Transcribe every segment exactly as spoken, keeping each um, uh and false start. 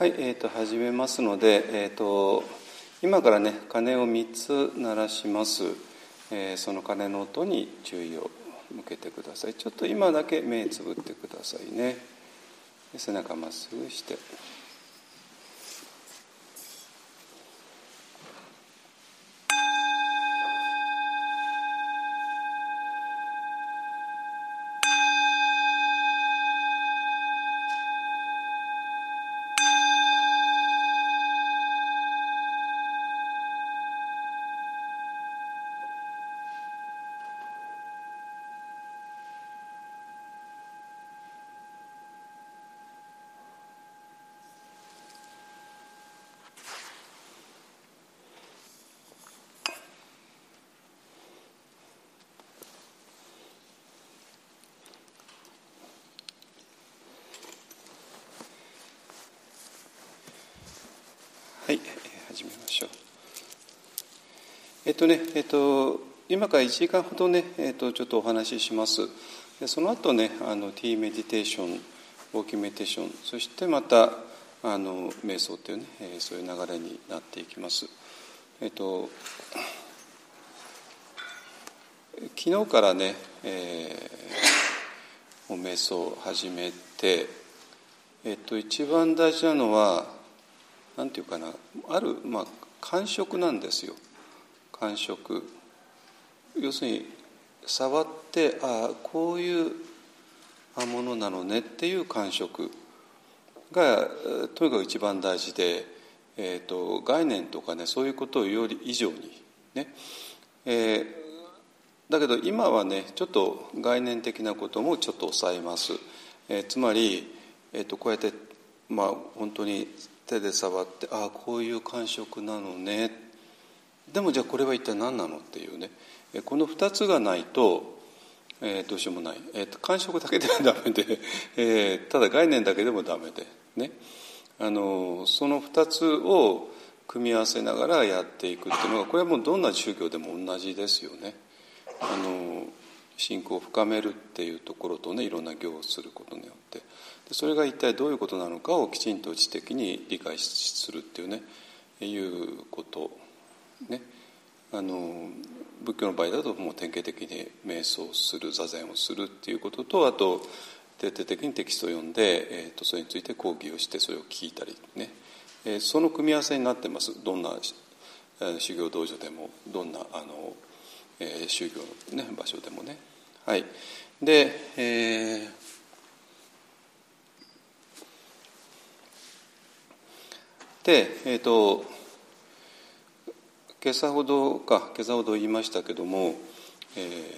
はい、えーと、始めますので、えーと、今からね、鐘をみっつ鳴らします。えー、その鐘の音に注意を向けてください。ちょっと今だけ目つぶってくださいね。背中まっすぐして。はい、始めましょう。えっとね、えっと、今からいちじかんほどね、えっと、ちょっとお話しします。でその後ね、あの、T メディテーション、ウォーキングメディテーション、そしてまた、あの、瞑想というね、えー、そういう流れになっていきます。えっと、昨日からね、えー、瞑想を始めて、えっと、一番大事なのは、なんていうかな、ある、まあ、感触なんですよ。感触。要するに触って、ああこういうものなのねっていう感触がとにかく一番大事で、えーと、概念とかね、そういうことをより以上にね、えー、だけど今はね、ちょっと概念的なこともちょっと抑えます。えー、つまり、えーと、こうやってまあ本当に手で触って、ああこういう感触なのね、でもじゃあこれは一体何なのっていうね、このふたつがないと、えー、どうしようもない、えー、感触だけではダメで、えー、ただ概念だけでもダメでね、あのそのふたつを組み合わせながらやっていくっていうのが、これはもうどんな宗教でも同じですよね。あの信仰を深めるっていうところとね、いろんな行をすることによって、でそれが一体どういうことなのかをきちんと知的に理解するっていうね、いうことね。あの仏教の場合だともう典型的に瞑想する、座禅をするっていうことと、あと徹底的にテキストを読んで、えー、とそれについて講義をしてそれを聞いたりね、えー、その組み合わせになってます。どんな修行道場でも、どんなあの、えー、修行の、ね、場所でもね。はい。で、えー、で、えっ、ー、と今朝ほどか今朝ほど言いましたけども、え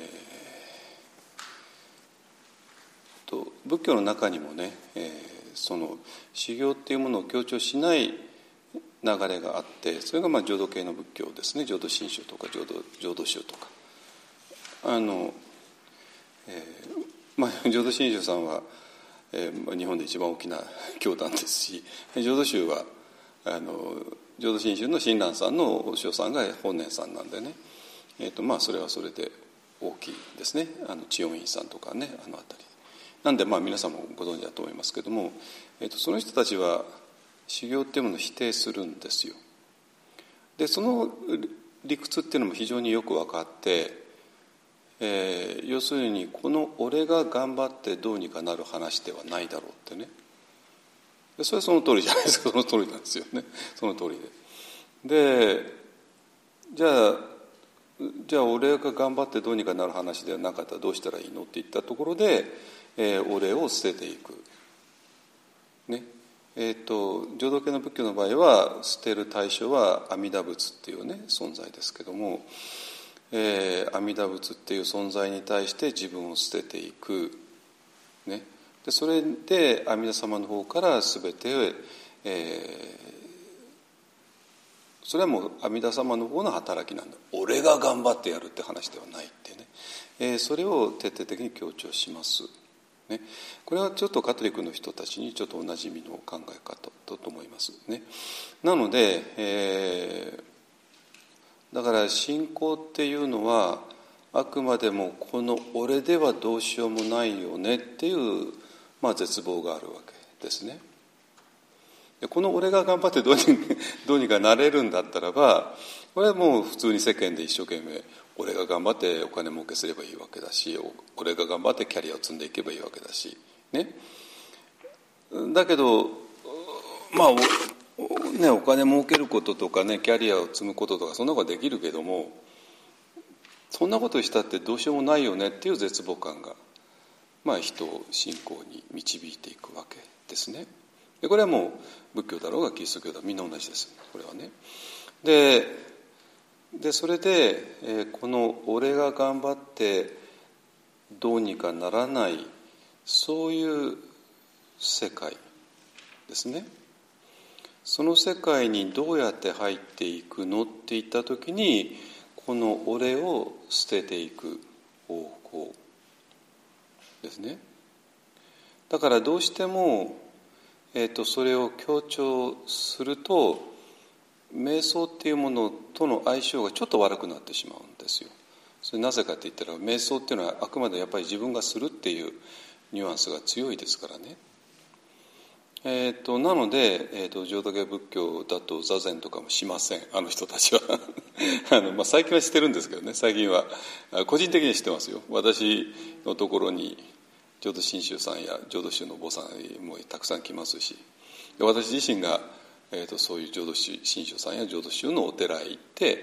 ー、と仏教の中にもね、えー、その修行っていうものを強調しない流れがあって、それがまあ浄土系の仏教ですね。浄土真宗とか浄土浄土宗とか、あの、えーまあ、浄土真宗さんは、えー、日本で一番大きな教団ですし、浄土宗はあの浄土真宗の親鸞さんのお師匠さんが本念さんなんでね、えーとまあ、それはそれで大きいですね。あの智恩院さんとかね、あの辺りなんで、まあ皆さんもご存知だと思いますけども、えーとその人たちは修行っていうものを否定するんですよ。でその理屈っていうのも非常によく分かって、えー、要するにこの俺が頑張ってどうにかなる話ではないだろうってね。それはその通りじゃないですか。その通りなんですよね。その通りで。で、じゃあ、じゃあ俺が頑張ってどうにかなる話ではなかったらどうしたらいいのって言ったところで、えー、俺を捨てていく。ね。えっと、浄土系の仏教の場合は、捨てる対象は阿弥陀仏っていうね、存在ですけども、えー、阿弥陀仏っていう存在に対して自分を捨てていく。ね。でそれで阿弥陀様の方から全て、えー、それはもう阿弥陀様の方の働きなんだ。俺が頑張ってやるって話ではないってね、えー、それを徹底的に強調します、ね。これはちょっとカトリックの人たちにちょっとおなじみの考え方だと思いますね。なので、えー、だから信仰っていうのはあくまでもこの俺ではどうしようもないよねっていう、まあ、絶望があるわけですね。 この俺が頑張ってどうにどうにかなれるんだったらば、これはもう普通に世間で一生懸命俺が頑張ってお金儲けすればいいわけだし、俺が頑張ってキャリアを積んでいけばいいわけだしね。だけどまあお,、ね、お金儲けることとかね、キャリアを積むこととかそんなことはできるけども、そんなことしたってどうしようもないよねっていう絶望感が、まあ、人を信仰に導いていくわけですね。でこれはもう仏教だろうがキリスト教だろうがみんな同じです、これはね。ででそれで、えー、この俺が頑張ってどうにかならない、そういう世界ですね。その世界にどうやって入っていくのっていったときに、この俺を捨てていく方向ですね。だからどうしても、えーと、それを強調すると瞑想っていうものとの相性がちょっと悪くなってしまうんですよ。それなぜかって言ったら、瞑想っていうのはあくまでやっぱり自分がするっていうニュアンスが強いですからね。えー、となので、えー、と浄土系仏教だと座禅とかもしません、あの人たちはあの、まあ、最近はしてるんですけどね。最近は個人的にしてますよ。私のところに浄土真宗さんや浄土宗のお坊さんもたくさん来ますし、私自身が、えー、とそういう浄土真宗さんや浄土宗のお寺へ行って、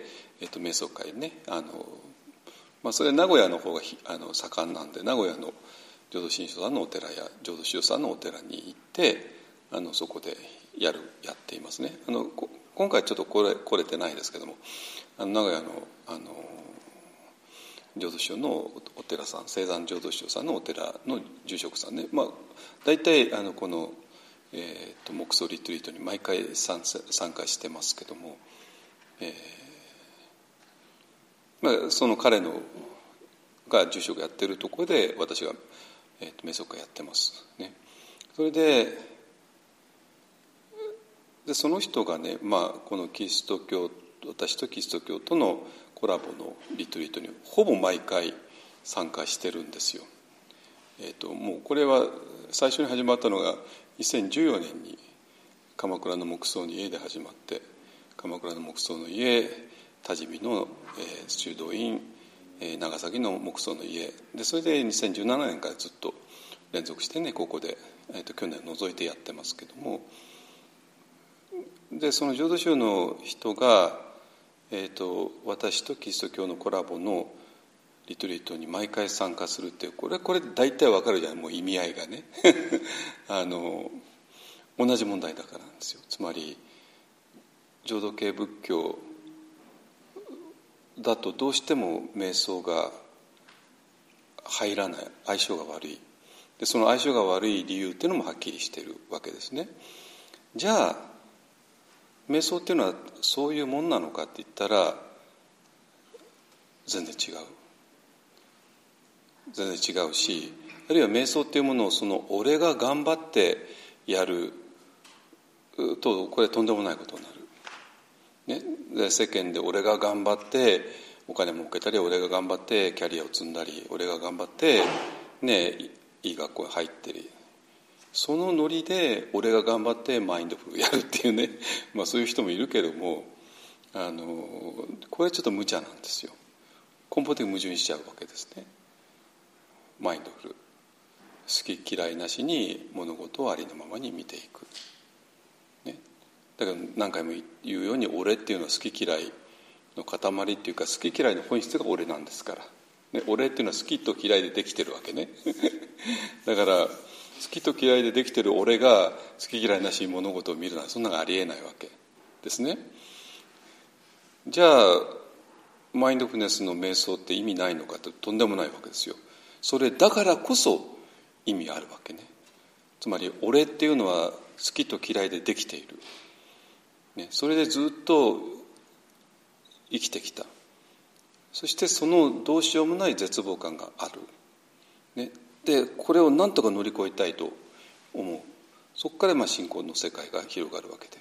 えー、と瞑想会ね、あの、まあ、それ名古屋の方があの盛んなんで、名古屋の浄土真宗さんのお寺や浄土宗さんのお寺に行ってあのそこでやるやっていますね。あの今回ちょっと来れ、来れてないですけども、あの名古屋の、あの浄土宗のお寺さん、青山浄土宗さんのお寺の住職さんね、まあ、大体あのこの、えー、と黙想リトリートに毎回参加してますけども、えーまあ、その彼のが住職やってるところで私が、えー、と瞑想会やってますね。それででその人がね、まあ、このキリスト教、私とキリスト教とのコラボのリトリートにほぼ毎回参加してるんですよ。えー、ともうこれは最初に始まったのがにせんじゅうよねんに鎌倉の木葬の家で始まって、鎌倉の木葬の家、多治見の、えー、修道院、えー、長崎の木葬の家で、それでにせんじゅうななねんからずっと連続してね、ここで、えー、と去年除いてやってますけども、でその浄土宗の人が、えー、と私とキリスト教のコラボのリトリートに毎回参加するっていう、これこれ大体わかるじゃん、もう意味合いがねあの同じ問題だからなんですよ。つまり浄土系仏教だとどうしても瞑想が入らない、相性が悪い。でその相性が悪い理由っていうのもはっきりしているわけですね。じゃあ瞑想っていうのはそういうもんなのかって言ったら全然違う全然違うし、あるいは瞑想っていうものをその俺が頑張ってやるとこれとんでもないことになる、ね、で世間で俺が頑張ってお金儲けたり、俺が頑張ってキャリアを積んだり、俺が頑張って、ね、いい学校に入ってり、そのノリで俺が頑張ってマインドフルやるっていうねまあそういう人もいるけども、あのこれはちょっと無茶なんですよ。根本的に矛盾しちゃうわけですね。マインドフル、好き嫌いなしに物事をありのままに見ていく、ね、だから何回も言うように、俺っていうのは好き嫌いの塊っていうか、好き嫌いの本質が俺なんですから、ね、俺っていうのは好きと嫌いでできてるわけねだから好きと嫌いでできてる俺が好き嫌いなしに物事を見るのはそんなのありえないわけですね。じゃあマインドフルネスの瞑想って意味ないのかと、とんでもないわけですよ。それだからこそ意味あるわけね。つまり俺っていうのは好きと嫌いでできている、ね、それでずっと生きてきた。そしてそのどうしようもない絶望感がある、ね、でこれを何とか乗り越えたいと思う。そこからまあ信仰の世界が広がるわけ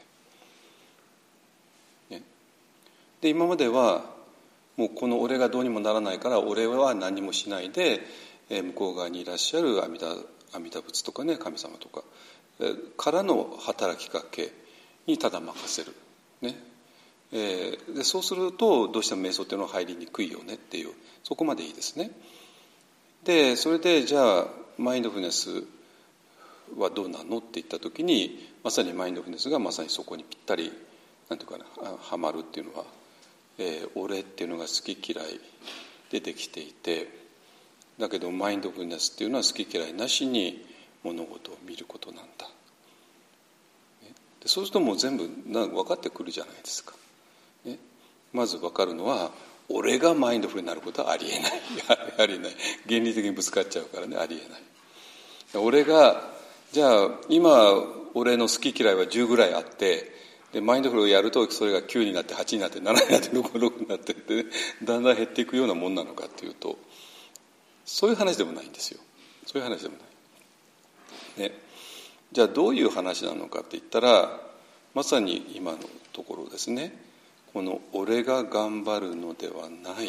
で、ね、で今まではもうこの俺がどうにもならないから俺は何もしないで、えー、向こう側にいらっしゃる阿弥陀、阿弥陀仏とかね、神様とか、えー、からの働きかけにただ任せる、ねえー、でそうするとどうしても瞑想っていうのは入りにくいよねっていう、そこまでいいですね。でそれでじゃあマインドフルネスはどうなのって言った時に、まさにマインドフルネスがまさにそこにぴったりなんていうかなはまるっていうのは、えー、俺っていうのが好き嫌いでできていて、だけどマインドフルネスっていうのは好き嫌いなしに物事を見ることなんだ。でそうするともう全部分かってくるじゃないですか、ね、まず分かるのは俺がマインドフルになることはありえないありえない原理的にぶつかっちゃうからね、ありえない。俺がじゃあ今俺の好き嫌いはじゅうぐらいあって、でマインドフルをやるとそれがきゅうになってはちになってななになってろくになってって、ね、だんだん減っていくようなもんなのかっていうと、そういう話でもないんですよ。そういう話でもない、ね、じゃあどういう話なのかって言ったら、まさに今のところですね。この俺が頑張るのではない、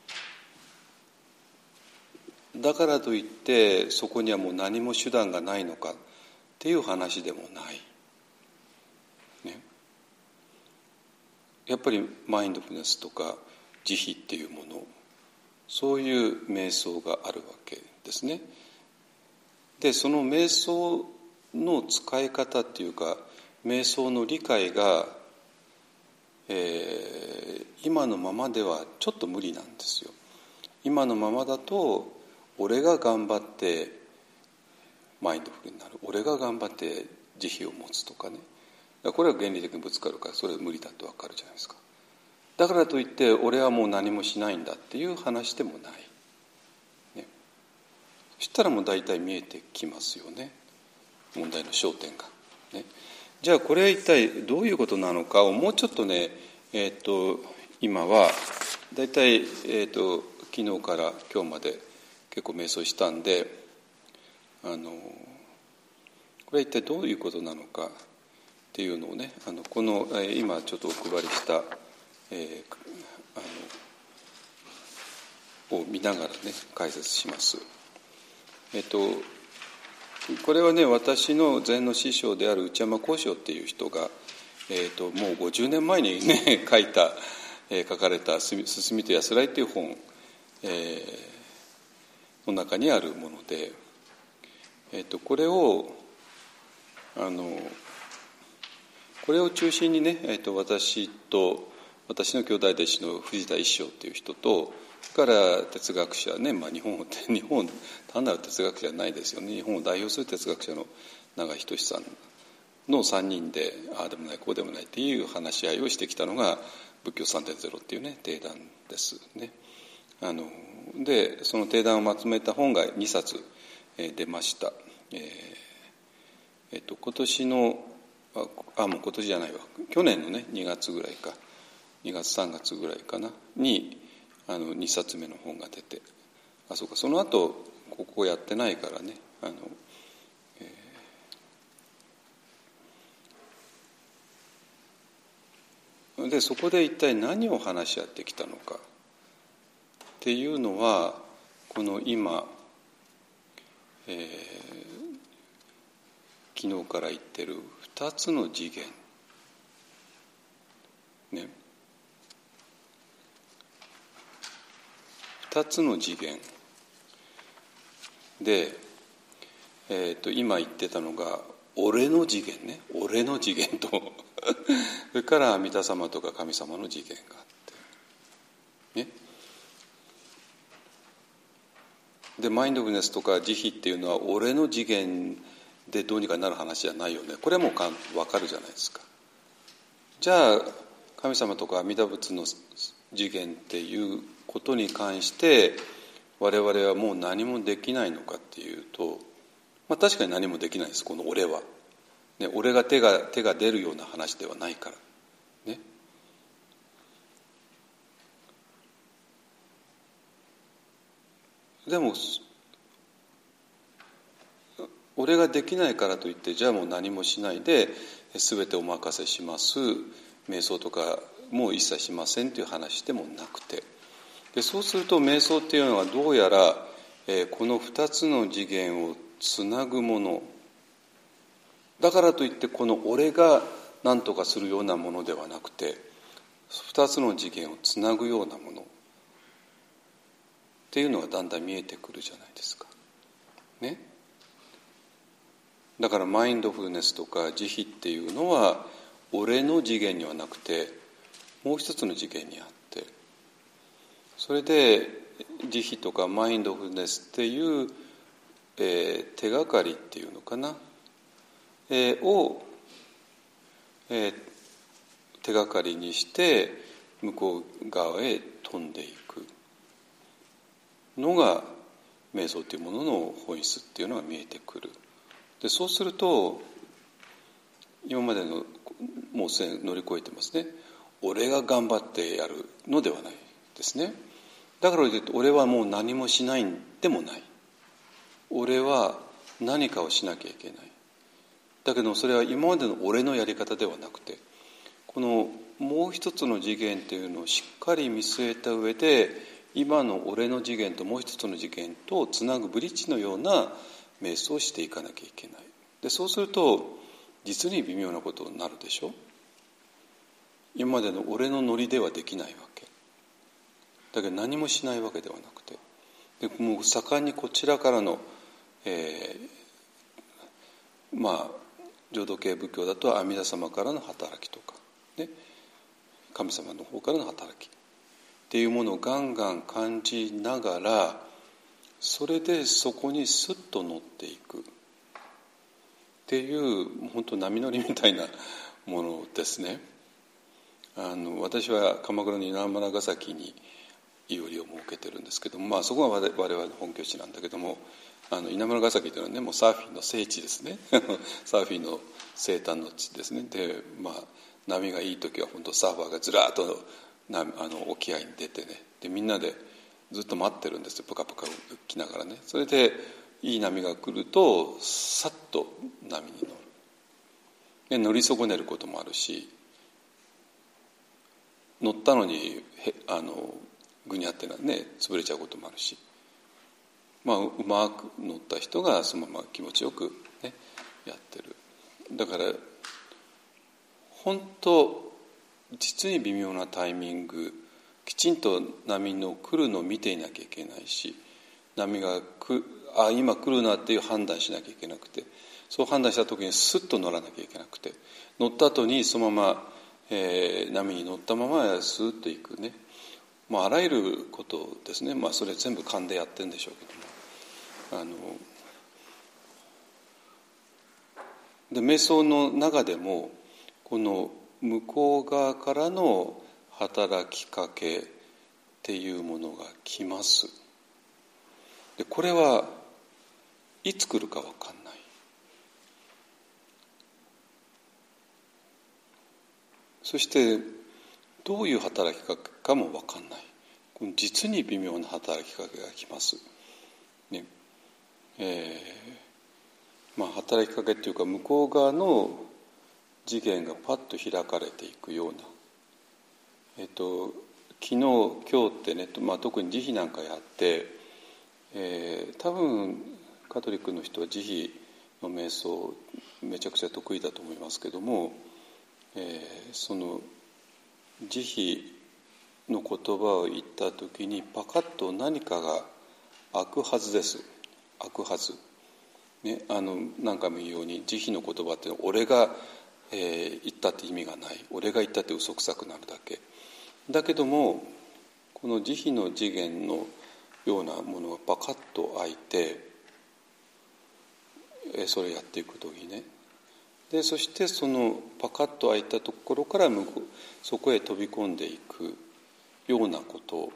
だからといってそこにはもう何も手段がないのかっていう話でもない、ね、やっぱりマインドフルネスとか慈悲っていうもの、そういう瞑想があるわけですね。でその瞑想の使い方っていうか瞑想の理解が、えー、今のままではちょっと無理なんですよ。今のままだと俺が頑張ってマインドフルになる、俺が頑張って慈悲を持つとかね、これは原理的にぶつかるからそれは無理だって分かるじゃないですか。だからといって俺はもう何もしないんだっていう話でもない、ね、そしたらもう大体見えてきますよね、問題の焦点が、ね、じゃあこれは一体どういうことなのかをもうちょっとね、えー、と今は大体、えー、と昨日から今日まで結構瞑想したんで、あのこれは一体どういうことなのかっていうのをね、あのこの、えー、今ちょっとお配りした、えー、あのを見ながらね解説します。えっ、ー、とこれはね、私の禅の師匠である内山幸章っていう人が、えー、ともうごじゅうねんまえにね書いた、えー、書かれた「進みと安らい」っていう本、えー、の中にあるもので、えー、とこれをあのこれを中心にね、えー、と私と私の兄弟弟子の藤田一生っていう人と、それから哲学者ね、まあ、日本を日本単なる哲学者じゃないですよね、日本を代表する哲学者の永井仁さんのさんにんでああでもないこうでもないっていう話し合いをしてきたのが仏教 さんてんゼロ っていうね定談ですね。あのでその定談をまとめた本がにさつ、えー、出ました。えーえっと、今年のあもう今年じゃないわ去年のねにがつぐらいかにがつさんがつぐらいかなにあのにさつめの本が出て、あそうかその後ここやってないからね、あの、えー、でそこで一体何を話し合ってきたのかっていうのはこの今、えー昨日から言ってるふたつの次元ね、ふたつの次元で、えー、と今言ってたのが俺の次元ね、俺の次元とそれから阿弥陀様とか神様の次元があってね。でマインドフルネスとか慈悲っていうのは俺の次元でどうにかなる話じゃないよね、これはもうかん分かるじゃないですか。じゃあ神様とか阿弥陀仏の次元っていうことに関して我々はもう何もできないのかっていうと、まあ、確かに何もできないです、この俺は、ね、俺が手が手が出るような話ではないからね。でも俺ができないからといってじゃあもう何もしないで全てお任せします、瞑想とかもう一切しませんという話でもなくて、でそうすると瞑想っていうのはどうやら、えー、このふたつの次元をつなぐものだからといってこの俺が何とかするようなものではなくて、二つの次元をつなぐようなものっていうのがだんだん見えてくるじゃないですかね。だからマインドフルネスとか慈悲っていうのは俺の次元にはなくてもう一つの次元にあって、それで慈悲とかマインドフルネスっていう、えー、手がかりっていうのかな、えー、を、えー、手がかりにして向こう側へ飛んでいくのが瞑想というものの本質っていうのが見えてくる。でそうすると今までのもうすでに乗り越えてますね。俺が頑張ってやるのではないですね。だから言うと俺はもう何もしないんでもない。俺は何かをしなきゃいけない。だけどそれは今までの俺のやり方ではなくて、このもう一つの次元というのをしっかり見据えた上で今の俺の次元ともう一つの次元とつなぐブリッジのような瞑想をしていかなきゃいけない。でそうすると実に微妙なことになるでしょ。今までの俺のノリではできないわけだけど、何もしないわけではなくて、でもう盛んにこちらからの、えー、まあ浄土系仏教だと阿弥陀様からの働きとか、ね、神様の方からの働きっていうものをガンガン感じながら、それでそこにスッと乗っていくっていう本当波乗りみたいなものですね。あの私は鎌倉の稲村ヶ崎にいおりを設けてるんですけども、まあ、そこが我々の本拠地なんだけども、あの稲村ヶ崎というのはね、もうサーフィンの聖地ですねサーフィンの生誕の地ですね。で、まあ、波がいい時は本当サーファーがずらっとなあの沖合に出てね、でみんなでずっと待ってるんですよ、プカプカ浮きながらね。それでいい波が来るとさっと波に乗る、で乗り損ねることもあるし、乗ったのにあのぐにゃってね潰れちゃうこともあるし、まあ、うまく乗った人がそのまま気持ちよく、ね、やってる。だから本当実に微妙なタイミング、きちんと波の来るのを見ていなきゃいけないし、波がくあ今来るなっていう判断しなきゃいけなくて、そう判断した時にスッと乗らなきゃいけなくて、乗った後にそのまま、えー、波に乗ったままスーッといくね、まあ、あらゆることですね。まあそれ全部勘でやってるんでしょうけども、あので瞑想の中でもこの向こう側からの働きかけっていうものが来ます。でこれはいつ来るか分かんない。そしてどういう働きかけかも分かんない。この実に微妙な働きかけが来ます、ねえーまあ、働きかけっていうか向こう側の次元がパッと開かれていくような、えっと、昨日今日ってね、まあ、特に慈悲なんかやって、えー、多分カトリックの人は慈悲の瞑想めちゃくちゃ得意だと思いますけども、えー、その慈悲の言葉を言った時にパカッと何かが開くはずです。開くはず、ね、あの何回も言うように慈悲の言葉って俺が、えー、言ったって意味がない、俺が言ったって嘘くさくなるだけだけども、この慈悲の次元のようなものがパカッと開いて、えー、それをやっていく時にね、でそしてそのパカッと開いたところから向こうそこへ飛び込んでいくようなこと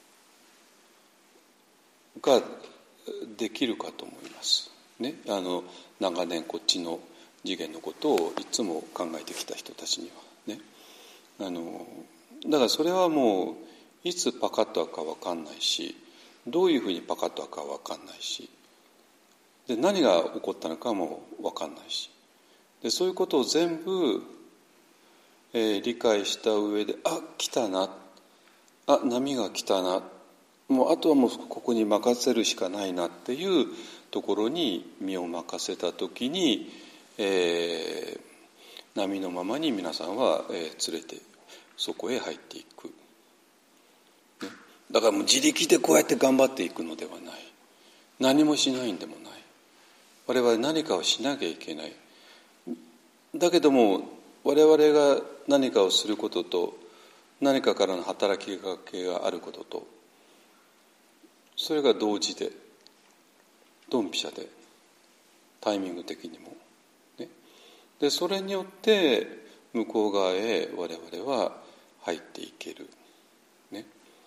ができるかと思います、ね、あの長年こっちの次元のことをいつも考えてきた人たちにはね。あのだからそれはもういつパカッと開くか分かんないし、どういうふうにパカッと開くか分かんないし、で何が起こったのかも分かんないし、でそういうことを全部、えー、理解した上で、あ来たな、あ波が来たな、もうあとはもうここに任せるしかないなっていうところに身を任せた時に、えー、 波のままに皆さんは、えー、連れてそこへ入っていく、ね、だからもう自力でこうやって頑張っていくのではない、何もしないんでもない、我々何かをしなきゃいけない。だけども我々が何かをすることと何かからの働きかけがあることと、それが同時でドンピシャでタイミング的にも、ね、でそれによって向こう側へ我々は入っていける、ね、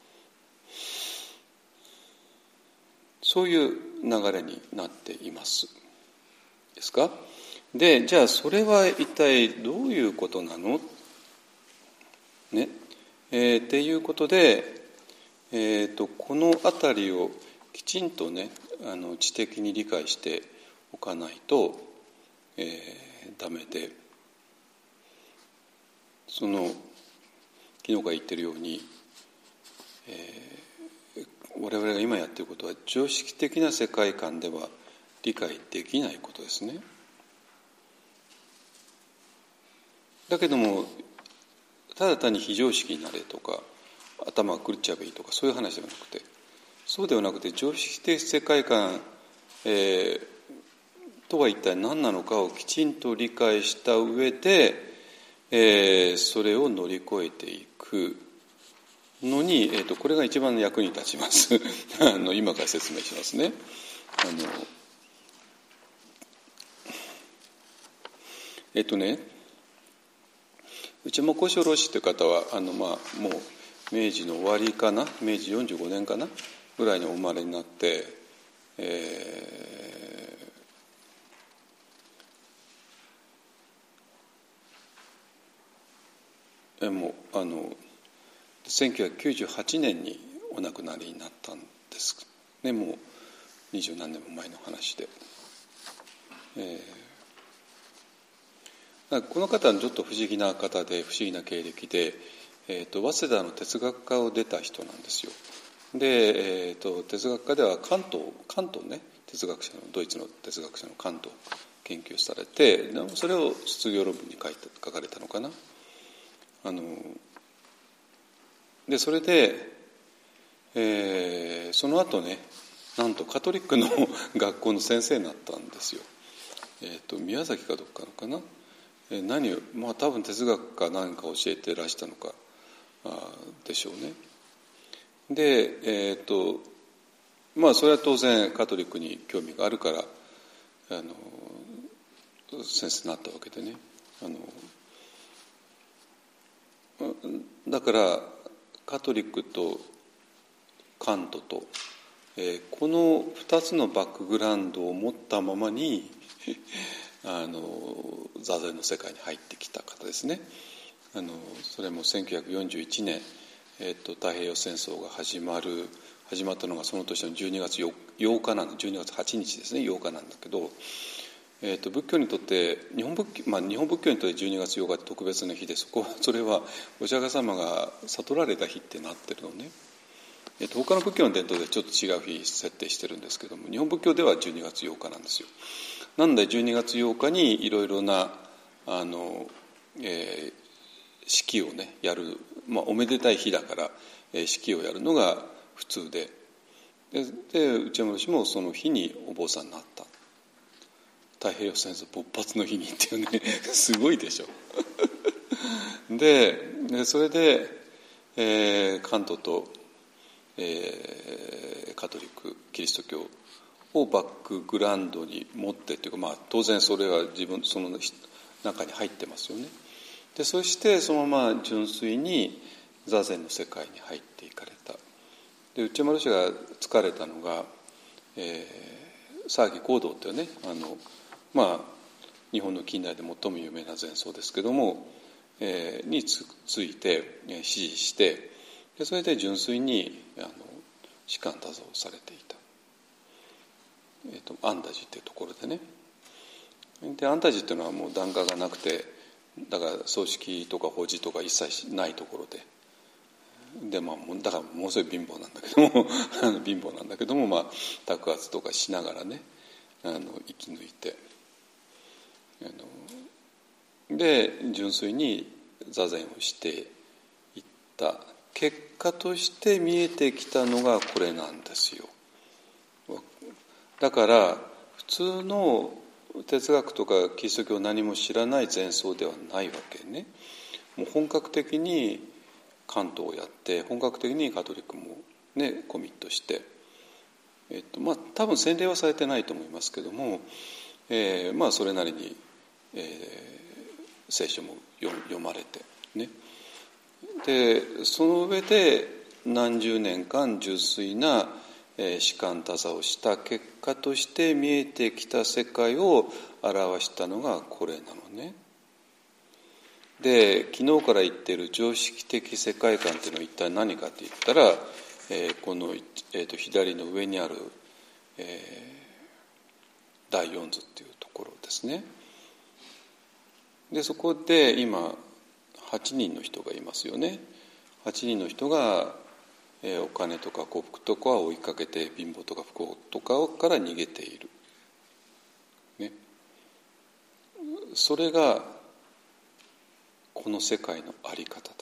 そういう流れになっていますですか。でじゃあそれは一体どういうことなの、ねえー、っていうことで、えー、とこのあたりをきちんとねあの知的に理解しておかないと、えー、ダメで、その昨日から言ってるように、えー、我々が今やっていることは常識的な世界観では理解できないことですね。だけどもただ単に非常識になれとか頭が狂っちゃえばいいとかそういう話ではなくて、そうではなくて常識的世界観、えー、とは一体何なのかをきちんと理解した上で、えー、それを乗り越えていくのに、えー、とこれが一番役に立ちますあの今から説明しますね。あのえっ、ー、とね内山幸四郎氏という方はあの、まあ、もう明治の終わりかな、明治よんじゅうごねんかなぐらいにお生まれになって、えー、もうあのせんきゅうひゃくきゅうじゅうはちねんにお亡くなりになったんですね。もう二十何年も前の話で、えーこの方はちょっと不思議な方で不思議な経歴で、えー、と早稲田の哲学科を出た人なんですよ。で、えー、と哲学科ではカントカントね哲学者のドイツの哲学者のカントを研究されて、それを卒業論文に書いて書かれたのかな。あのでそれで、えー、その後ねなんとカトリックの学校の先生になったんですよ。えー、と宮崎かどっかのかな。何をまあ多分哲学か何か教えてらしたのかでしょうね。でえっ、ー、とまあそれは当然カトリックに興味があるからあの先生になったわけでね、あのだからカトリックとカントと、えー、このふたつのバックグラウンドを持ったままにあの座禅の世界に入ってきた方ですね。あのそれもせんきゅうひゃくよんじゅういちねん、えー、と太平洋戦争が始まる始まったのがその年のじゅうにがつようかなんでじゅうにがつはちにちですね、ようかなんだけど、えー、と仏教にとって日本仏教、まあ、日本仏教にとってじゅうにがつようかって特別な日で、そこそれはお釈迦様が悟られた日ってなってるのね。えー、と他の仏教の伝統でちょっと違う日設定してるんですけども、日本仏教ではじゅうにがつようかなんですよ。なんでじゅうにがつようかにいろいろなあの、えー、式をねやる、まあ、おめでたい日だから、えー、式をやるのが普通で、で, で内山氏もその日にお坊さんになった。太平洋戦争勃発の日にっていうねすごいでしょで, でそれで、えー、カントと、えー、カトリックキリスト教をバックグラウンドに持ってというか、まあ、当然それは自分その中に入ってますよね。でそしてそのまま純粋に座禅の世界に入っていかれた。で内丸氏が疲れたのが、えー、沢木行動というねあの、まあ、日本の近代で最も有名な禅僧ですけども、えー、に つ, ついて支持して、でそれで純粋にあの士官多蔵されていた。えー、と安泰寺っていうところでね、で安泰寺っていうのはもう檀家がなくて、だから葬式とか法事とか一切ないところで、でまあだからもうすごい貧乏なんだけども貧乏なんだけども、まあ托鉢とかしながらねあの生き抜いて、あので純粋に座禅をしていった結果として見えてきたのがこれなんですよ。だから普通の哲学とかキリスト教を何も知らない禅僧ではないわけね。もう本格的に関東をやって本格的にカトリックもねコミットして、えっとまあ多分洗礼はされてないと思いますけども、えー、まあそれなりに、えー、聖書も読まれてね。でその上で何十年間純粋な士官多座をした結果として見えてきた世界を表したのがこれなのね。で昨日から言っている常識的世界観というのは一体何かといったら、えー、この、えー、と左の上にある、えー、だいよん図っていうところですね。でそこで今はちにんの人がいますよね。はちにんの人がえー、お金とか幸福とかを追いかけて貧乏とか不幸とかから逃げている、ね、それがこの世界の在り方だ。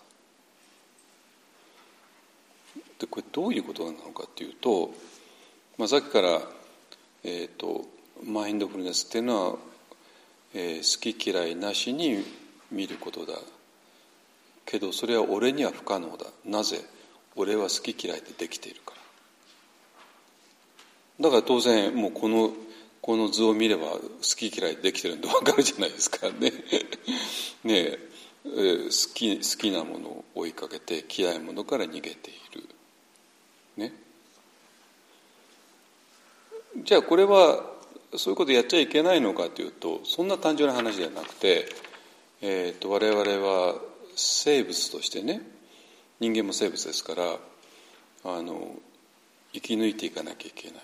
でこれどういうことなのかというと、まあ、さっきから、えーと、マインドフルネスっていうのは、えー、好き嫌いなしに見ることだけどそれは俺には不可能だ。なぜ？俺は好き嫌いでできているから。だから当然もうこのこの図を見れば好き嫌いでできてるんで分かるじゃないですかね。ねえ、好き好きなものを追いかけて嫌いなものから逃げている。ね。じゃあこれはそういうことやっちゃいけないのかというとそんな単純な話ではなくて、えー、と我々は生物としてね。人間も生物ですからあの生き抜いていかなきゃいけない。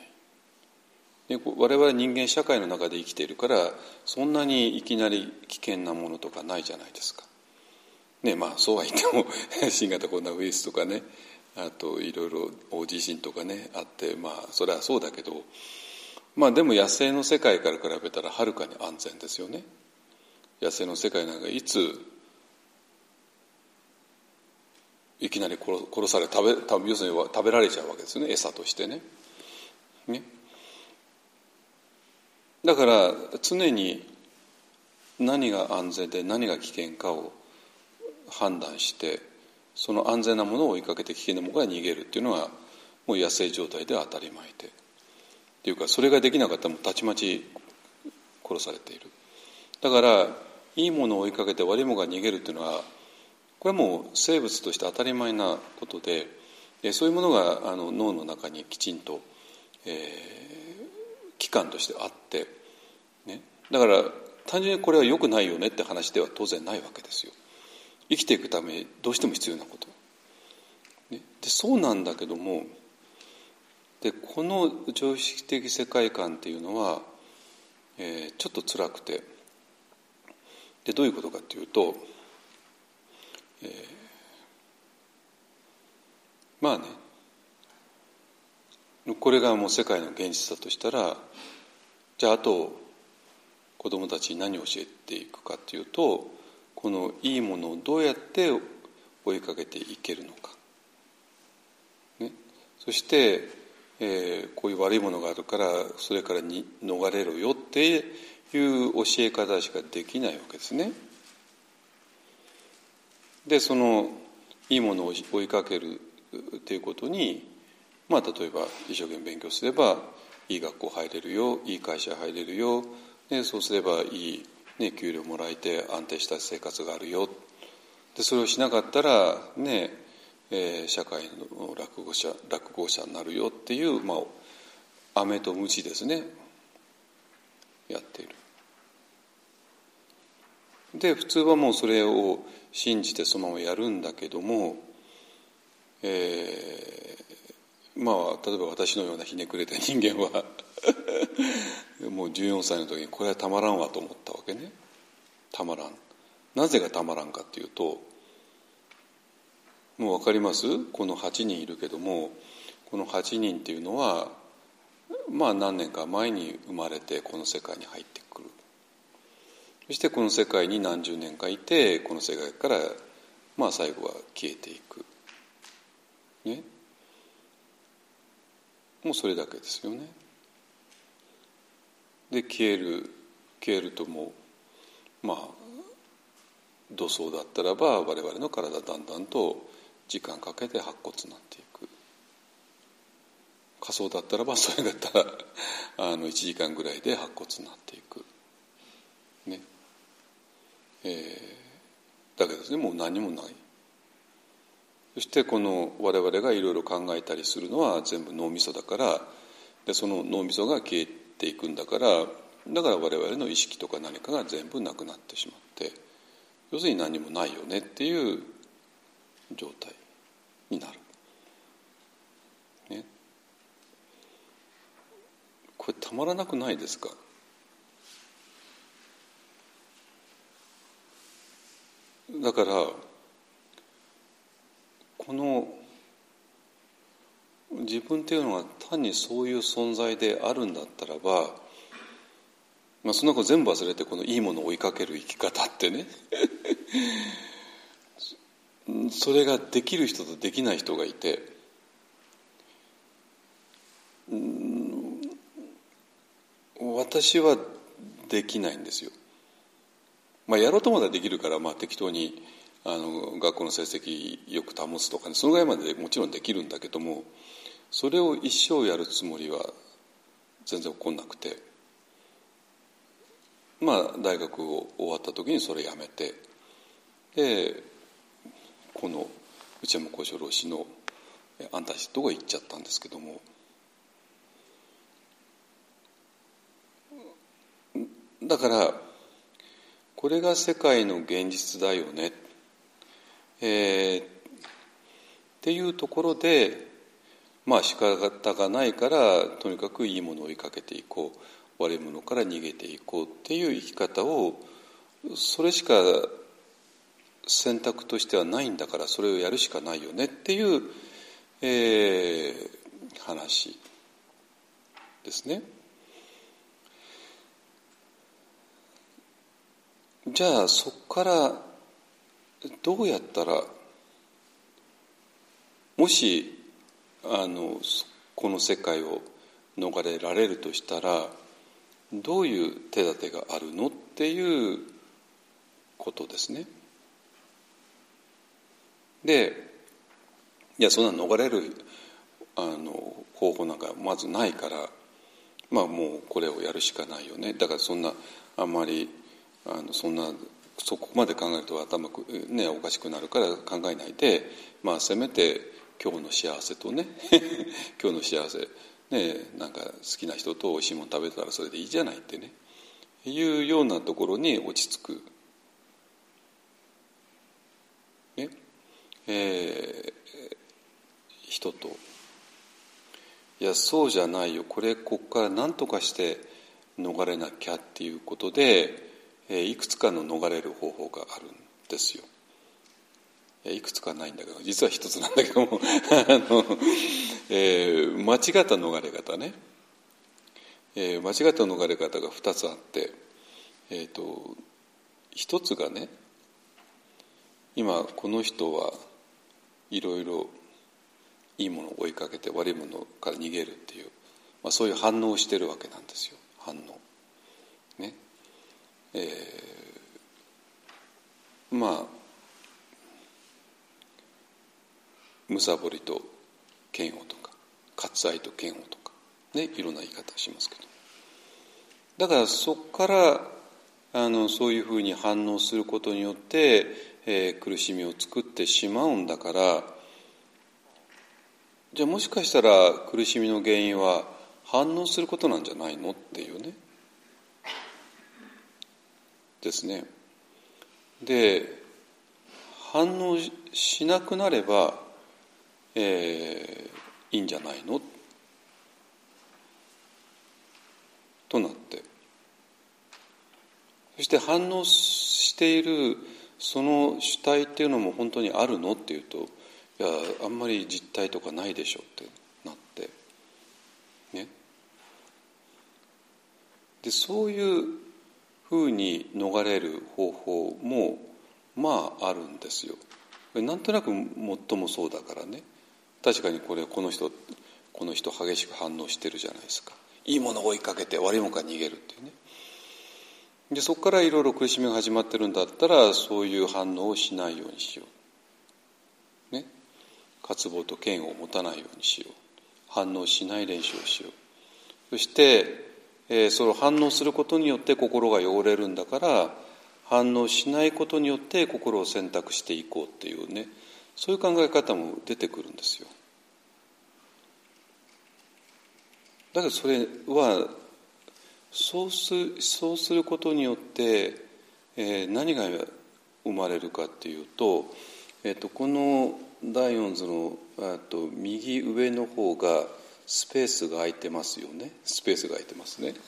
で我々人間社会の中で生きているからそんなにいきなり危険なものとかないじゃないですか。ねまあそうは言っても新型コロナウイルスとかねあといろいろ大地震とかねあってまあそれはそうだけどまあでも野生の世界から比べたらはるかに安全ですよね。野生の世界なんかいついきなり 殺, 殺され食べ食べ要するに食べられちゃうわけですよね餌として ね, ねだから常に何が安全で何が危険かを判断してその安全なものを追いかけて危険なものから逃げるっていうのはもう野生状態では当たり前でっていうかそれができなかったらもうたちまち殺されている。だからいいものを追いかけて悪いものが逃げるっていうのはこれはもう生物として当たり前なことでそういうものがあの脳の中にきちんと、えー、器官としてあって、ね、だから単純にこれは良くないよねって話では当然ないわけですよ。生きていくためにどうしても必要なこと、ね、でそうなんだけどもでこの常識的世界観っていうのは、えー、ちょっと辛くてでどういうことかっていうとえー、まあねこれがもう世界の現実だとしたらじゃああと子どもたちに何を教えていくかというとこのいいものをどうやって追いかけていけるのか、ね、そして、えー、こういう悪いものがあるからそれからに逃れろよっていう教え方しかできないわけですね。でそのいいものを追いかけるということに、まあ、例えば一生懸命勉強すればいい学校入れるよいい会社入れるよ、ね、そうすればいい、ね、給料もらえて安定した生活があるよでそれをしなかったら、ねえー、社会の落後者落後者になるよっていう、まあ、飴と鞭ですねやっている。で普通はもうそれを信じてそのままやるんだけども、えー、まあ例えば私のようなひねくれた人間はもうじゅうよんさいの時にこれはたまらんわと思ったわけね。たまらん。なぜがたまらんかっていうともう分かります？このはちにんいるけどもこのはちにんっていうのはまあ何年か前に生まれてこの世界に入ってくる。 そしてこの世界に何十年かいて、この世界からまあ最後は消えていく、ね、もうそれだけですよね。で消える消えるともうまあ土葬だったらば我々の体だんだんと時間かけて白骨になっていく。火葬だったらばそれがたあのいちじかんぐらいで白骨になっていく、ねえー、だけどですね、もう何もない。そしてこの我々がいろいろ考えたりするのは全部脳みそだから、でその脳みそが消えていくんだから、だから我々の意識とか何かが全部なくなってしまって、要するに何もないよねっていう状態になる、ね、これたまらなくないですか。だからこの自分っていうのが単にそういう存在であるんだったらば、まあ、そんなこと全部忘れてこのいいものを追いかける生き方ってねそれができる人とできない人がいて、私はできないんですよ。まあ、やろうと思ったらできるから、まあ、適当にあの学校の成績よく保つとかね、そのぐらいまでもちろんできるんだけども、それを一生やるつもりは全然起こんなくて、まあ大学を終わった時にそれやめて、でこの内山幸四郎氏のアンタジットが行っちゃったんですけども、だからこれが世界の現実だよね、えー、っていうところで、まあ仕方がないからとにかくいいものを追いかけていこう、悪いものから逃げていこうっていう生き方を、それしか選択としてはないんだからそれをやるしかないよねっていう、えー、話ですね。じゃあそこからどうやったら、もしあのこの世界を逃れられるとしたらどういう手立てがあるのっていうことですね。で、いやそんな逃れるあの方法なんかまずないから、まあもうこれをやるしかないよね。だからそんなあんまりあのそんなそこまで考えると頭ねおかしくなるから考えないで、まあせめて今日の幸せとね今日の幸せね、なんか好きな人とおいしいもの食べたらそれでいいじゃないってねいうようなところに落ち着く、ねえー、人と、いやそうじゃないよ、これここから何とかして逃れなきゃっていうことで、えー、いくつかの逃れる方法があるんですよ。いくつかないんだけど実は一つなんだけどもあの、えー、間違った逃れ方ね、えー、間違った逃れ方が二つあって、えーと、一つがね、今この人はいろいろいいものを追いかけて悪いものから逃げるっていう、まあ、そういう反応をしてるわけなんですよ。反応ね、えー、まあむさぼりと嫌悪とか割愛と嫌悪とかね、いろんな言い方しますけど、だからそこからあのそういうふうに反応することによって、えー、苦しみを作ってしまうんだから、じゃあもしかしたら苦しみの原因は反応することなんじゃないのっていうねですね。で反応しなくなれば、えー、いいんじゃないのとなって、そして反応しているその主体っていうのも本当にあるのっていうと、いやあんまり実体とかないでしょってなってね。でそういうふうに逃れる方法もまああるんですよ。なんとなくもっともそうだからね。確かにこれこの人この人激しく反応してるじゃないですか。いいものを追いかけて悪いものから逃げるっていうね。でそこからいろいろ苦しみが始まってるんだったら、そういう反応をしないようにしよう、ね、渇望と嫌悪を持たないようにしよう、反応しない練習をしよう。そして、えー、それを反応することによって心が汚れるんだから、反応しないことによって心を選択していこうっていうね、そういう考え方も出てくるんですよ。だけどそれはそうす、そうすることによって、えー、何が生まれるかっていうと、えー、とこの第四図のと右上の方がスペースが空いてますよね。スペースが空いてますね。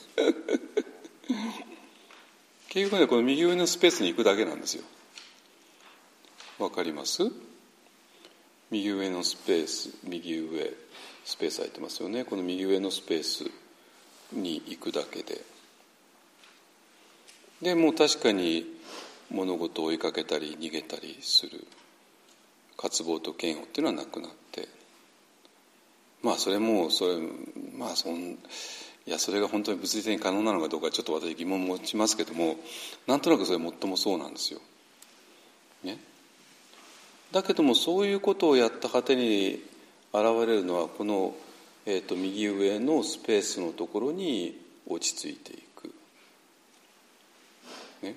結局ね、この右上のスペースに行くだけなんですよ。わかります？右上のスペース、右上スペース空いてますよね。この右上のスペースに行くだけで、でもう確かに物事を追いかけたり逃げたりする渇望と嫌悪っていうのはなくなって、まあそれもそれまあそんいやそれが本当に物理的に可能なのかどうかちょっと私疑問持ちますけども、なんとなくそれ最もそうなんですよ、ね、だけどもそういうことをやった果てに現れるのはこの、えーと、右上のスペースのところに落ち着いていく、ね、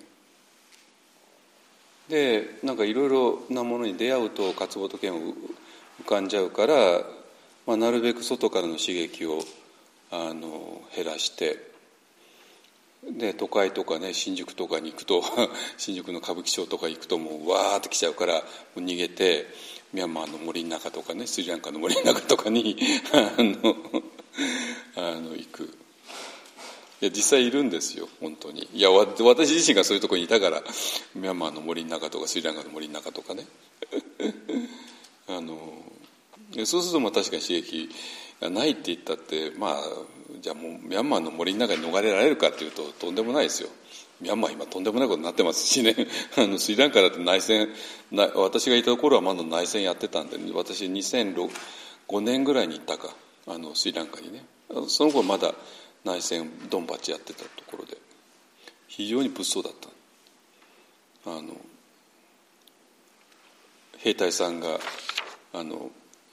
でなんかいろいろなものに出会うと渇望と嫌悪浮かんじゃうから、まあ、なるべく外からの刺激をあの減らして、で都会とかね新宿とかに行くと新宿の歌舞伎町とか行くともうわーって来ちゃうから、もう逃げてミャンマーの森の中とかねスリランカの森の中とかにあのあの行く。いや実際いるんですよ本当に。いや私自身がそういうところにいたから、ミャンマーの森の中とかスリランカの森の中とかねあのそうするとまあ確かに刺激がないって言ったって、まあじゃあもうミャンマーの森の中に逃れられるかっていうととんでもないですよ。ミャンマー今とんでもないことになってますしねあのスリランカだって内戦な、私がいた頃はまだ内戦やってたんで、私にせんごねんぐらいに行ったか、あのスリランカにね。その頃まだ内戦ドンパチやってたところで非常に物騒だった。あの兵隊さんがあの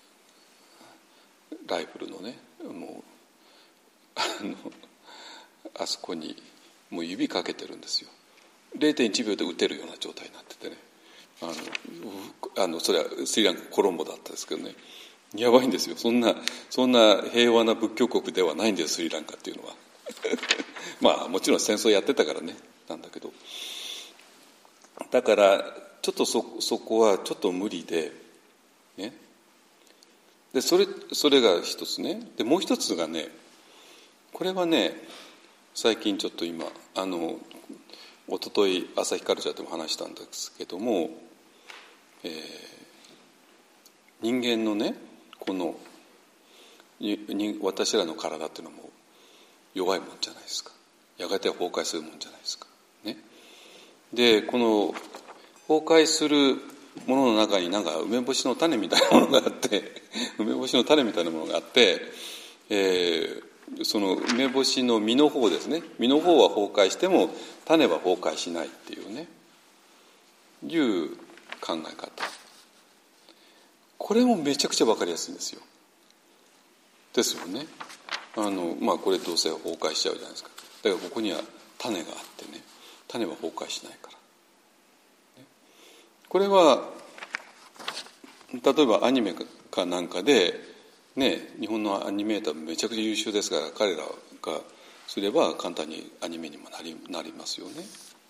ライフルのねもうあのあそこにもう指かけてるんですよ。 れいてんいち 秒で撃てるような状態になっててね、あのあのそれはスリランカコロンボだったんですけどね、やばいんですよ。そんなそんな平和な仏教国ではないんですスリランカっていうのはまあもちろん戦争やってたからねなんだけど、だからちょっと そ, そこはちょっと無理でね。でそれそれが一つね。でもう一つがね、これはね最近ちょっと今あの一昨日朝日カルチャーでも話したんですけども、えー、人間のねこのに私らの体っていうのはもう弱いもんじゃないですか。やがては崩壊するもんじゃないですか、ね、でこの崩壊するものの中になんか梅干しの種みたいなものがあって梅干しの種みたいなものがあって、えー、その梅干しの実の方ですね、実の方は崩壊しても種は崩壊しないっていうねいう考え方、これもめちゃくちゃ分かりやすいんですよ。ですよね。あのまあこれどうせ崩壊しちゃうじゃないですか。だからここには種があってね、種は崩壊しないから、ね、これは例えばアニメかなんかでね、日本のアニメーターめちゃくちゃ優秀ですから彼らがすれば簡単にアニメにもなり、なりますよね。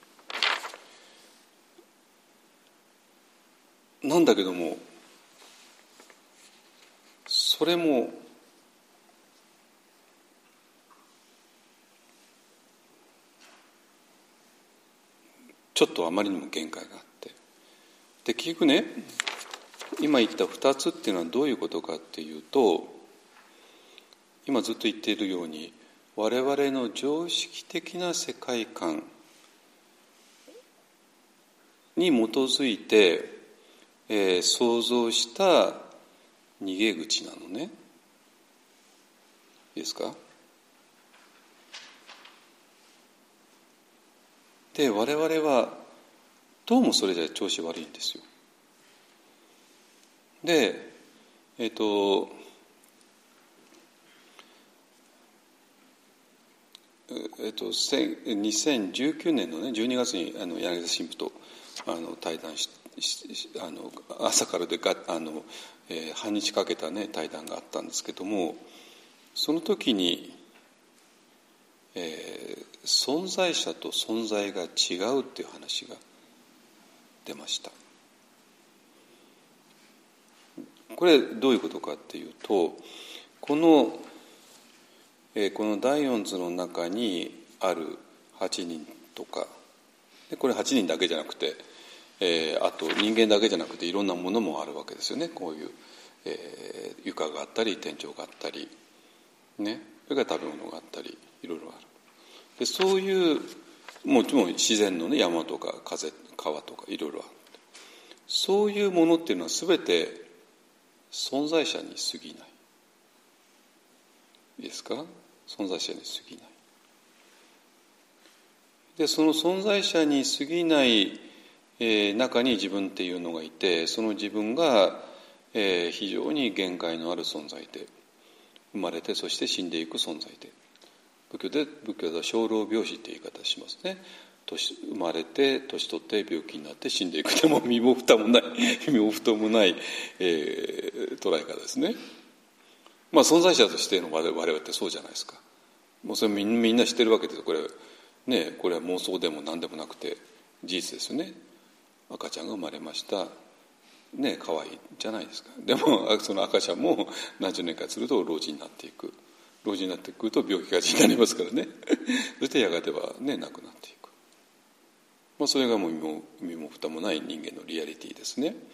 なんだけどもそれもちょっとあまりにも限界があって、で結局ね今言ったふたつっていうのはどういうことかっていうと、今ずっと言っているように我々の常識的な世界観に基づいて、えー、想像した逃げ口なのね。いいですか。で我々はどうもそれじゃ調子悪いんですよ。でえっ、ー、とえっと、にせんじゅうきゅうねんの、ね、じゅうにがつにあの柳田神父とあの対談しあの朝からでがあの、えー、半日かけた、ね、対談があったんですけども、その時に、えー、存在者と存在が違うっていう話が出ました。これどういうことかっていうと、このえー、この大恩図の中にあるはちにんとか、でこれはちにんだけじゃなくて、えー、あと人間だけじゃなくていろんなものもあるわけですよね。こういう、えー、床があったり天井があったり、ね、それから食べ物があったりいろいろある。でそういうもちろん自然の、ね、山とか風川とかいろいろある。そういうものっていうのは全て存在者に過ぎない。いいですか。存在者に過ぎない。でその存在者に過ぎない、えー、中に自分っていうのがいて、その自分が、えー、非常に限界のある存在で生まれて、そして死んでいく存在で、仏教で仏教では生老病死って言い方しますね。年生まれて年取って病気になって死んでいく。でも身も蓋もない身も蓋もない、えー、捉え方ですね。まあ、存在者としての我々ってそうじゃないですか。もうそれみんな知ってるわけです。これね、これは妄想でも何でもなくて事実ですよね。赤ちゃんが生まれました。ね、可愛いじゃないですか。でもその赤ちゃんも何十年かすると老人になっていく。老人になってくると病気がちになりますからね。そしてやがてはね亡くなっていく。まあ、それがもう身も身も蓋もない人間のリアリティですね。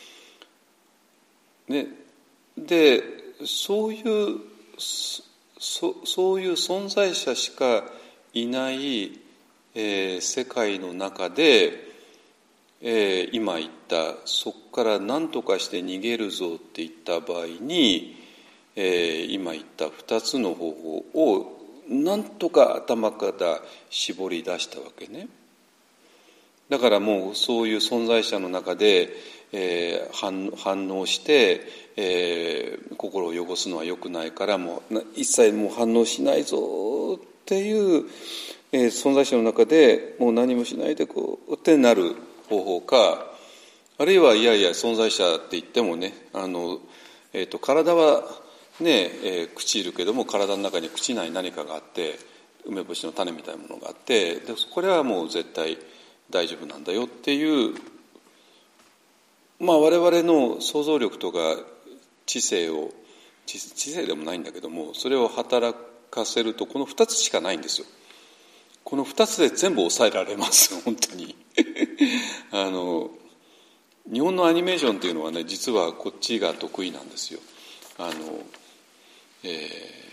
ねでそういうそそういう存在者しかいない、えー、世界の中で、えー、今言ったそこから何とかして逃げるぞって言った場合に、えー、今言ったふたつの方法を何とか頭から絞り出したわけね。だからもうそういう存在者の中で、えー、反, 反応して、えー、心を汚すのは良くないからもう一切もう反応しないぞっていう、えー、存在者の中でもう何もしないでこうってなる方法か、あるいはいやいや存在者って言ってもね、あの、えー、と体はね、えー、朽ちるけども体の中に朽ちない何かがあって、梅干しの種みたいなものがあって、でこれはもう絶対大丈夫なんだよっていう、まあ我々の想像力とか知性を 知, 知性でもないんだけども、それを働かせるとこのふたつしかないんですよ。このふたつで全部抑えられます本当にあの日本のアニメーションっていうのはね、実はこっちが得意なんですよ。あの、えー、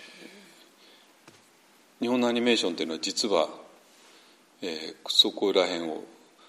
日本のアニメーションっていうのは実はえー、そこら辺を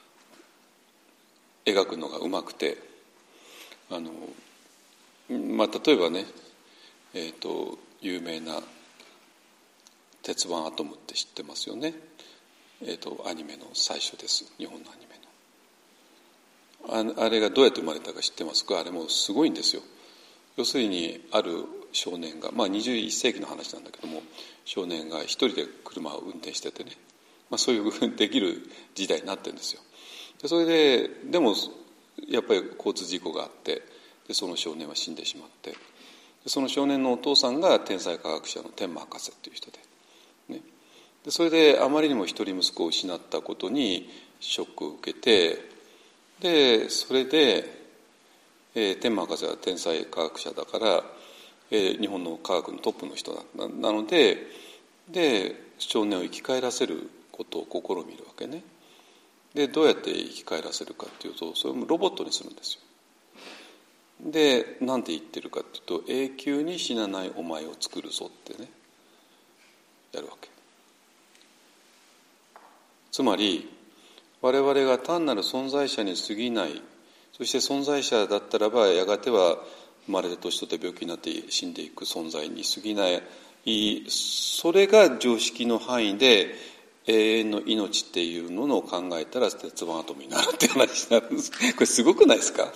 描くのがうまくて、あの、まあ、例えばね、えーと、有名な「鉄腕アトム」って知ってますよね。えーと、アニメの最初です。日本のアニメの あ, あれがどうやって生まれたか知ってますか。あれもすごいんですよ。要するにある少年が、まあ、にじゅういっせいきの話なんだけども、少年が一人で車を運転しててね、まあ、そういうできる時代になってるんですよ。でそれででもやっぱり交通事故があって、でその少年は死んでしまって、でその少年のお父さんが天才科学者の天満博士っていう人で、ね、でそれであまりにも一人息子を失ったことにショックを受けて、でそれで、えー、天満博士は天才科学者だから、えー、日本の科学のトップの人 な, なのでで少年を生き返らせることを試みるわけね。でどうやって生き返らせるかっていうと、それもロボットにするんですよ。でなんて言ってるかっていうと、永久に死なないお前を作るぞってねやるわけ。つまり我々が単なる存在者に過ぎない、そして存在者だったらばやがては生まれて年取って病気になって死んでいく存在に過ぎない、それが常識の範囲で永遠の命っていうのを考えたら鉄腕アトムになるって話になるんです。これすごくないですか？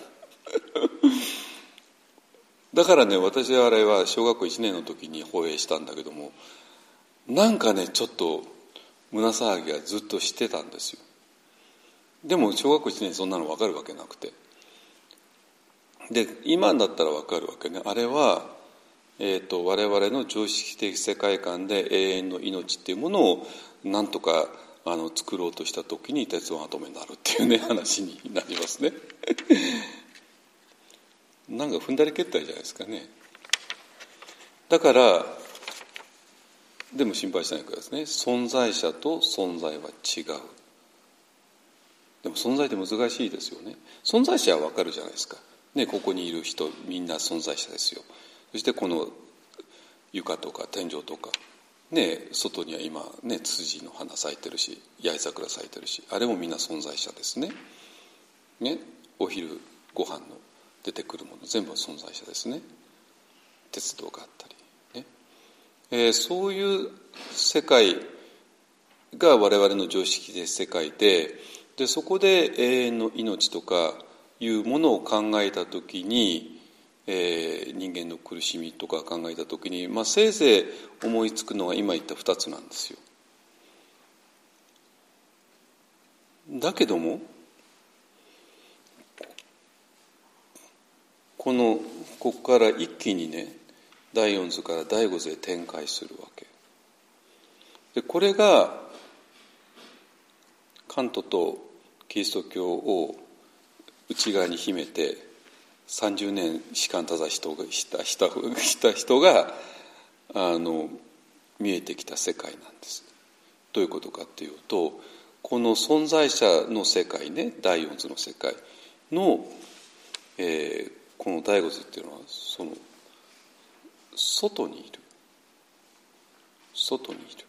だからね、私はあれは小学校いちねんの時に放映したんだけども、なんかねちょっと胸騒ぎがずっとしてたんですよ。でも小学校いちねんそんなの分かるわけなくて、で今だったら分かるわけね。あれは、えーと、我々の常識的世界観で永遠の命っていうものをなんとかあの作ろうとした時に鉄腕アトムになるっていうね話になりますね。なんか踏んだり蹴ったりじゃないですかね。だからでも心配しないでくださいね。存在者と存在は違う。でも存在って難しいですよね。存在者は分かるじゃないですか、ね、ここにいる人みんな存在者ですよ。そしてこの床とか天井とか、ね、外には今、ね、ツツジの花咲いてるし八重桜咲いてるし、あれもみんな存在者ですね。ね、お昼ご飯の出てくるもの全部存在者ですね。鉄道があったり、ねえー、そういう世界が我々の常識的世界で、でそこで永遠の命とかいうものを考えたときに、えー、人間の苦しみとか考えたときに、まあ、せいぜい思いつくのが今言ったふたつなんですよ。だけどもこのここから一気にねだいよん図からだいご図へ展開するわけで、これがカントとキリスト教を内側に秘めてさんじゅうねん士官正しとしたしたした人があの見えてきた世界なんです。どういうことかっていうと、この存在者の世界ね、だいよん図の世界の、えー、このだいご図っていうのはその外にいる外にいる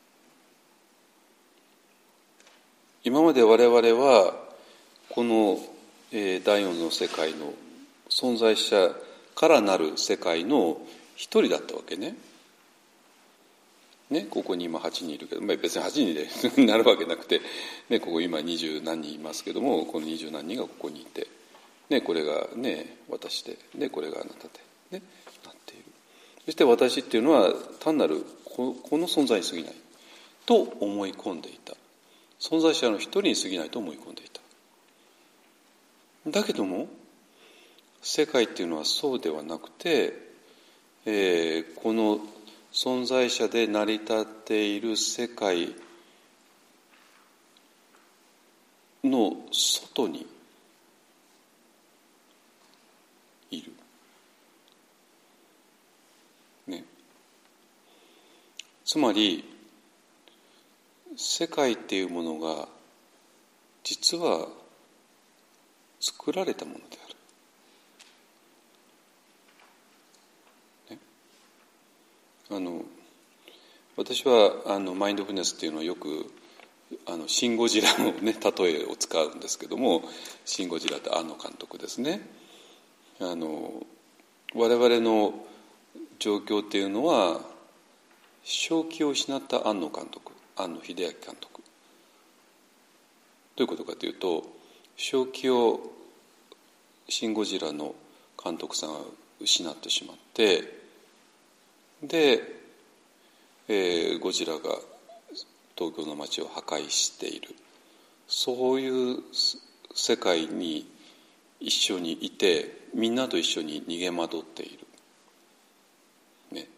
今まで我々はこの、えー、だいよん図の世界の存在者からなる世界の一人だったわけね。ね、ここに今はちにんいるけど、まあ、別にはちにんでなるわけなくて、ね、ここ今二十何人いますけども、この二十何人がここにいて、ね、これがね私で、ね、これがあなたで、ね、なっている。そして私っていうのは単なるこの存在に過ぎないと思い込んでいた。存在者の一人に過ぎないと思い込んでいた。だけども世界っていうのはそうではなくて、えー、この存在者で成り立っている世界の外にいる、ね、つまり世界っていうものが実は作られたものである、ね、あの私はあのマインドフルネスっていうのをよくあのシン・ゴジラの、ね、例えを使うんですけども、シン・ゴジラって庵野監督ですね。あの我々の状況っていうのは正気を失った庵野監督、庵野秀明監督、どういうことかというと、正気をシン・ゴジラの監督さんが失ってしまって、で、えー、ゴジラが東京の街を破壊している、そういう世界に一緒にいて、みんなと一緒に逃げ惑っている、ね、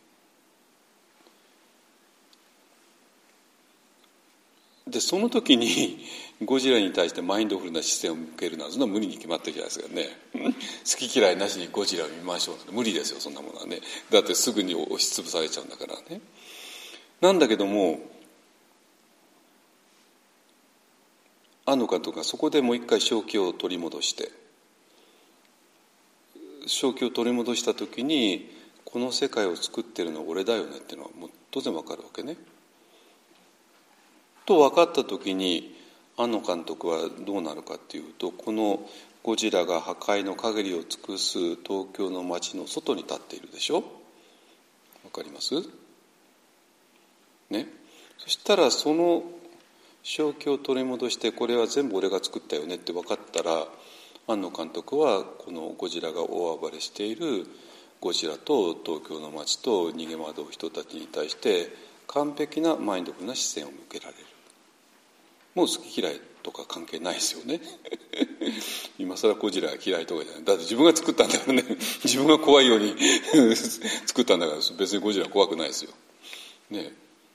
でその時にゴジラに対してマインドフルな視線を向けるのはそんな無理に決まってるじゃないですかね。好き嫌いなしにゴジラを見ましょう、無理ですよそんなものはね。だってすぐに押しつぶされちゃうんだからね。なんだけども庵野監督がそこでもう一回正気を取り戻して、正気を取り戻した時にこの世界を作ってるのは俺だよねっていうのはもう当然わかるわけね。と分かった時に庵野監督はどうなるかっていうと、このゴジラが破壊の限りを尽くす東京の街の外に立っているでしょ。わかりますね。そしたらその正気を取り戻して、これは全部俺が作ったよねって分かったら、庵野監督はこのゴジラが大暴れしているゴジラと東京の街と逃げ惑う人たちに対して完璧なマインドフルな視線を向けられる。もう好き嫌いとか関係ないですよね今更ゴジラが嫌いとかじゃない。だって自分が作ったんだからね自分が怖いように作ったんだから、別にゴジラ怖くないですよね。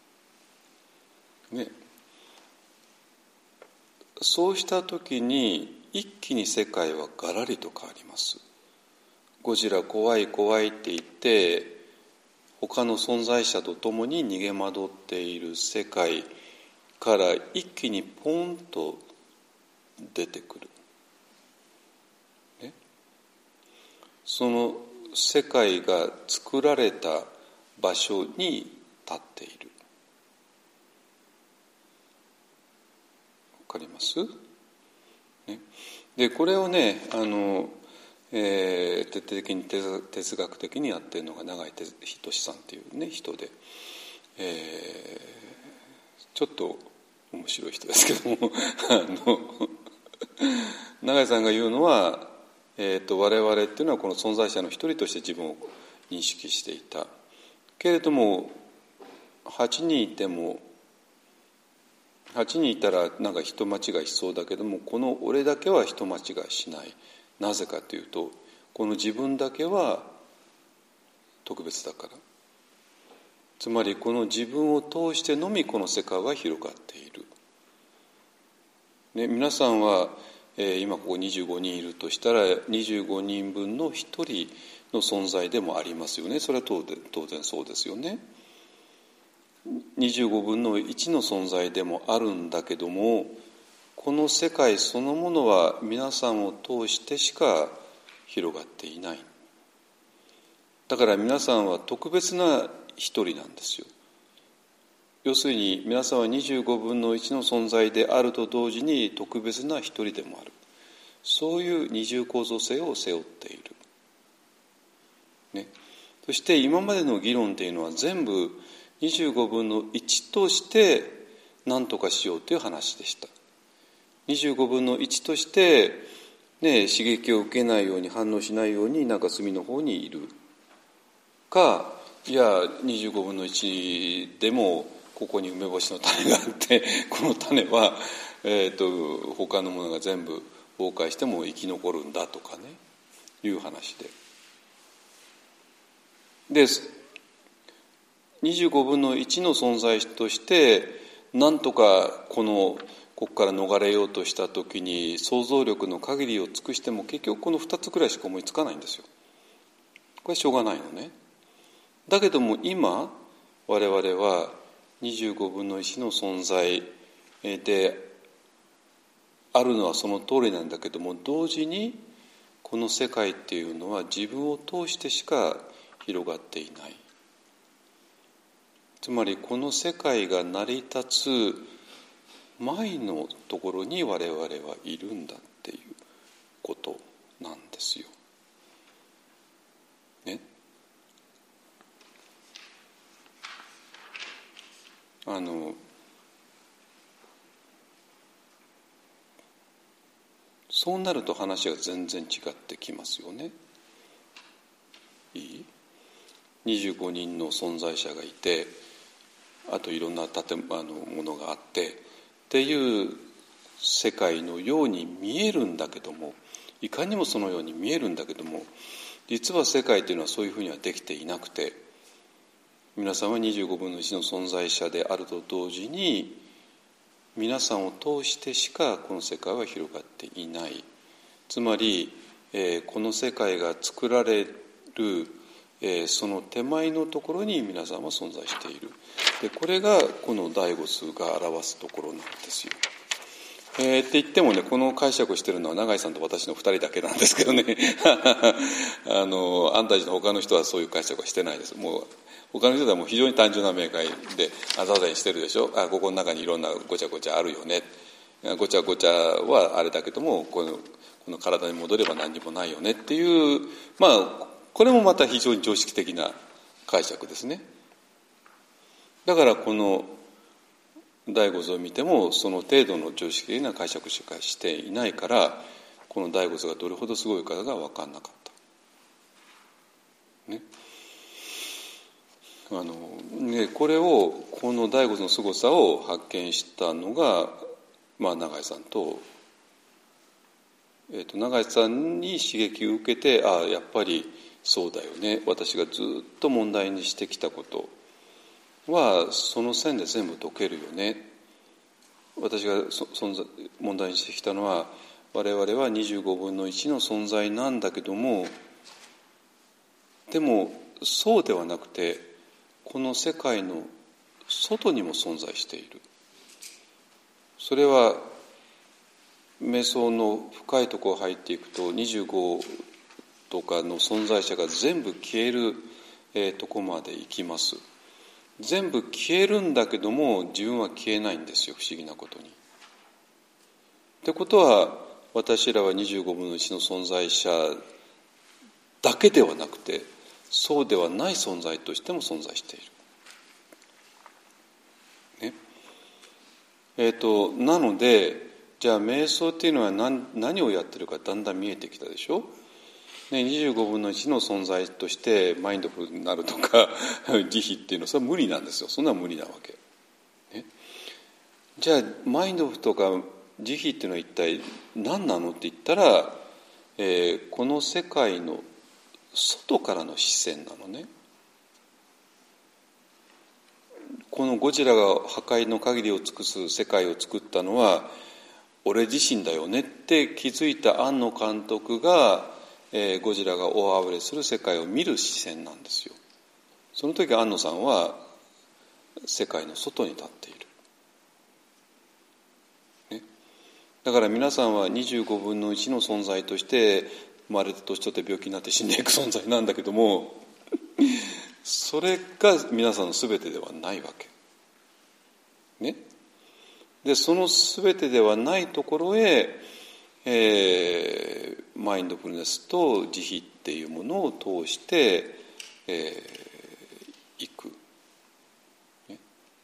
ね、そうした時に一気に世界はガラリと変わります。ゴジラ怖い怖いって言って他の存在者と共に逃げ惑っている世界から一気にポンと出てくる、ね、その世界が作られた場所に立っている。わかります？ね、でこれをね、あの、えー、徹底的に哲学的にやっているのが永井仁さんっていうね人で、えー、ちょっと面白い人ですけどもあの永井さんが言うのは、えーと、我々っていうのはこの存在者の一人として自分を認識していたけれども、はちにんいてもはちにんいたらなんか人間違いしそうだけども、この俺だけは人間違いしない。なぜかというと、この自分だけは特別だから。つまりこの自分を通してのみこの世界は広がっている、ね、皆さんは、えー、今ここにじゅうごにんいるとしたらにじゅうごにんぶんのひとりの存在でもありますよね。それは当然、当然そうですよね。にじゅうごぶんのいちの存在でもあるんだけども、この世界そのものは皆さんを通してしか広がっていない。だから皆さんは特別な一人なんですよ。要するに皆さんはにじゅうごぶんのいちの存在であると同時に特別な一人でもある。そういう二重構造性を背負っている、ね、そして今までの議論というのは全部にじゅうごぶんのいちとして何とかしようという話でした。にじゅうごぶんのいちとして、ね、刺激を受けないように反応しないようになんか隅の方にいるか、いやにじゅうごぶんのいちでもここに梅干しの種があってこの種は、えーと、他のものが全部崩壊しても生き残るんだとかね、いう話で。でにじゅうごぶんのいちの存在としてなんとかこのここから逃れようとした時に想像力の限りを尽くしても結局このふたつくらいしか思いつかないんですよ。これしょうがないのね。だけども今我々はにじゅうごぶんのいちの存在であるのはその通りなんだけども、同時にこの世界っていうのは自分を通してしか広がっていない。つまりこの世界が成り立つ前のところに我々はいるんだっていうことなんですよ。ね。あのそうなると話が全然違ってきますよね。いい？にじゅうごにんの存在者がいて、あといろんな建物あのものがあってっていう世界のように見えるんだけども、いかにもそのように見えるんだけども、実は世界というのはそういうふうにはできていなくて、皆さんはにじゅうごぶんのいちの存在者であると同時に皆さんを通してしかこの世界は広がっていない。つまり、えー、この世界が作られる、えー、その手前のところに皆さんは存在している。でこれがこの第五数が表すところなんですよ。えー、って言ってもね、この解釈をしているのは永井さんと私のふたりだけなんですけどねあの安泰寺の他の人はそういう解釈はしてないです。もう他の人はもう非常に単純な明快であざざにしてるでしょ。あ、ここの中にいろんなごちゃごちゃあるよね、 ごちゃごちゃはあれだけどもこの、この体に戻れば何にもないよねっていう、まあこれもまた非常に常識的な解釈ですね。だからこの第五図を見てもその程度の常識的な解釈しかしていないから、この第五図がどれほどすごいかが分からなかった、ねあのね、これをこの第五図のすごさを発見したのが、まあ、永井さんと、えーと、永井さんに刺激を受けて、ああやっぱりそうだよね、私がずっと問題にしてきたことはその線で全部解けるよね。私がそ存在問題にしてきたのは、我々はにじゅうごぶんのいちの存在なんだけども、でもそうではなくてこの世界の外にも存在している。それは瞑想の深いところ入っていくとにじゅうごとかの存在者が全部消える、えー、とこまで行きます。全部消えるんだけども自分は消えないんですよ、不思議なことに。ってことは私らはにじゅうごぶんのいちの存在者だけではなくて、そうではない存在としても存在している、ねえー、となのでじゃあ瞑想っていうのは 何, 何をやってるかだんだん見えてきたでしょ。ね、にじゅうごぶんのいちの存在としてマインドフルになるとか慈悲っていうのはそれは無理なんですよ。そんなの無理なわけ、ね、じゃあマインドフルとか慈悲っていうのは一体何なのって言ったら、えー、この世界の外からの視線なのね。このゴジラが破壊の限りを尽くす世界を作ったのは俺自身だよねって気づいた庵野監督が、えー、ゴジラが大暴れする世界を見る視線なんですよ。その時庵野さんは世界の外に立っている、ね、だから皆さんはにじゅうごぶんのいちの存在として生まれて年取って病気になって死んでいく存在なんだけどもそれが皆さんの全てではないわけ、ね、でその全てではないところへ、えー、マインドフルネスと慈悲っていうものを通して、えー、いく、ね、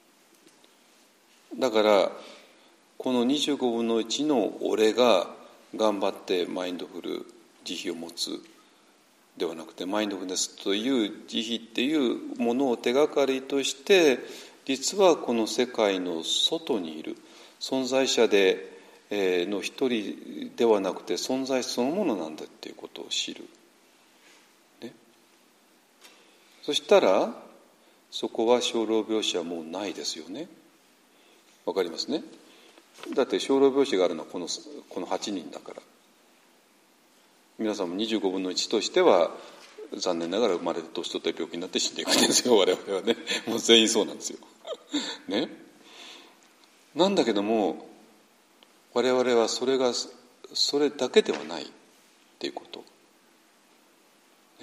だからこのにじゅうごぶんのいちの俺が頑張ってマインドフル慈悲を持つではなくて、マインドフルネスという慈悲っていうものを手がかりとして実はこの世界の外にいる存在者での一人ではなくて存在そのものなんだっていうことを知る、ね、そしたらそこは生老病死はもうないですよね。わかりますね。だって生老病死があるのはこの、このはちにんだから。皆さんもにじゅうごぶんのいちとしては残念ながら生まれて年取って病気になって死んでいくんですよ、我々はね。もう全員そうなんですよね。なんだけども我々はそれがそれだけではないっていうこと、ね、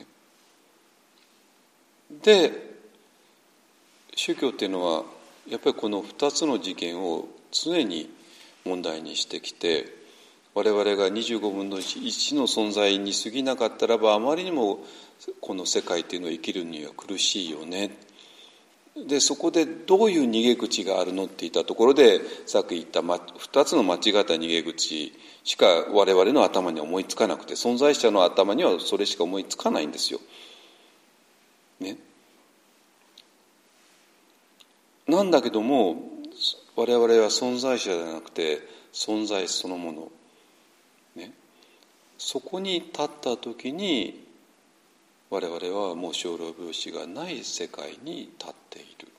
で宗教っていうのはやっぱりこのふたつの事件を常に問題にしてきて、我々がにじゅうごぶんのいちの存在に過ぎなかったらばあまりにもこの世界っていうのを生きるには苦しいよね。でそこでどういう逃げ口があるのって言ったところで、さっき言ったふたつの間違った逃げ口しか我々の頭に思いつかなくて、存在者の頭にはそれしか思いつかないんですよ、ね、なんだけども我々は存在者じゃなくて存在そのもの、ね、そこに立った時に我々はもう生老病死がない世界に立っている。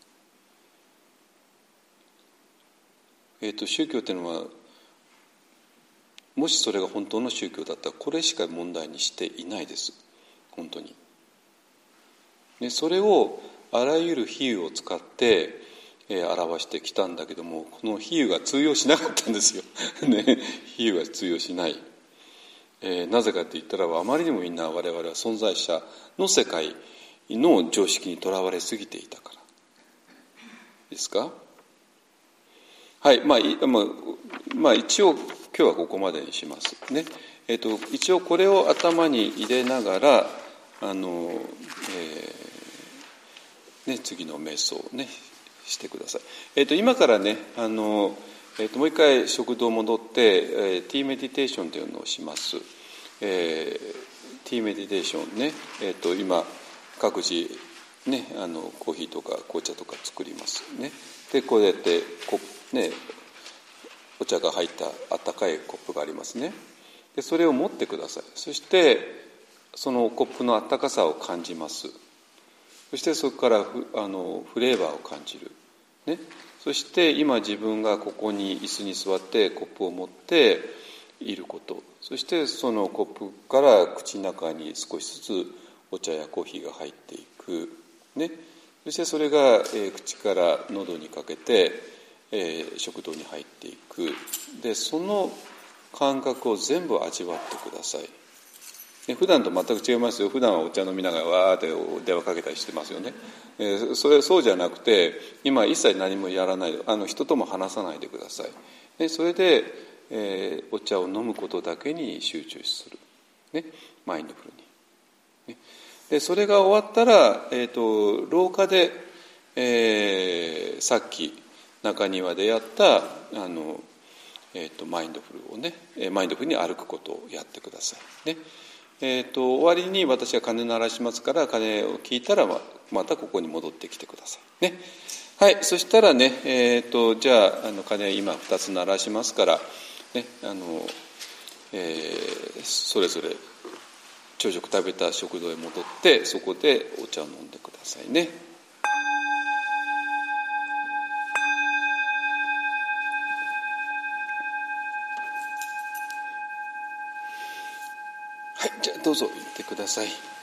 えーと、宗教というのはもしそれが本当の宗教だったらこれしか問題にしていないです、本当に。でそれをあらゆる比喩を使って、えー、表してきたんだけども、この比喩が通用しなかったんですよ、ね、比喩が通用しない。えー、なぜかって言ったらあまりにもみんな我々は存在者の世界の常識にとらわれすぎていたからですか。 はいまあいまあまあ、一応今日はここまでにしますね。えー、と一応これを頭に入れながらあの、えーね、次の瞑想をねしてください。えー、と今からねあの、えー、ともう一回食堂戻って、えー、ティーメディテーションというのをします。えー、ティーメディテーションね、えー、と今各自ねあのコーヒーとか紅茶とか作りますね。でこうやってこねお茶が入ったあったかいコップがありますね。でそれを持ってください。そしてそのコップのあったかさを感じます。そしてそこからフあのフレーバーを感じる、ね、そして今自分がここに椅子に座ってコップを持っていること、そしてそのコップから口の中に少しずつお茶やコーヒーが入っていく、ね、そしてそれが、えー、口から喉にかけて、えー、食道に入っていく。でその感覚を全部味わってください。普段と全く違いますよ。普段はお茶飲みながらわーって電話かけたりしてますよね。えー、それそうじゃなくて今一切何もやらないで、あの人とも話さないでください。でそれで、えー、お茶を飲むことだけに集中する、ね、マインドフルに。ね、でそれが終わったら、えー、と廊下で、えー、さっき中庭でやったあの、えー、とマインドフルをねマインドフルに歩くことをやってくださいね。えー、と終わりに私が鐘鳴らしますから、鐘を聞いたらまたここに戻ってきてくださいね。はい、そしたらね、えー、とじゃあ、あの鐘今ふたつ鳴らしますから、ねあのえー、それぞれ朝食食べた食堂へ戻ってそこでお茶を飲んでくださいね。はい、じゃあどうぞ行ってください。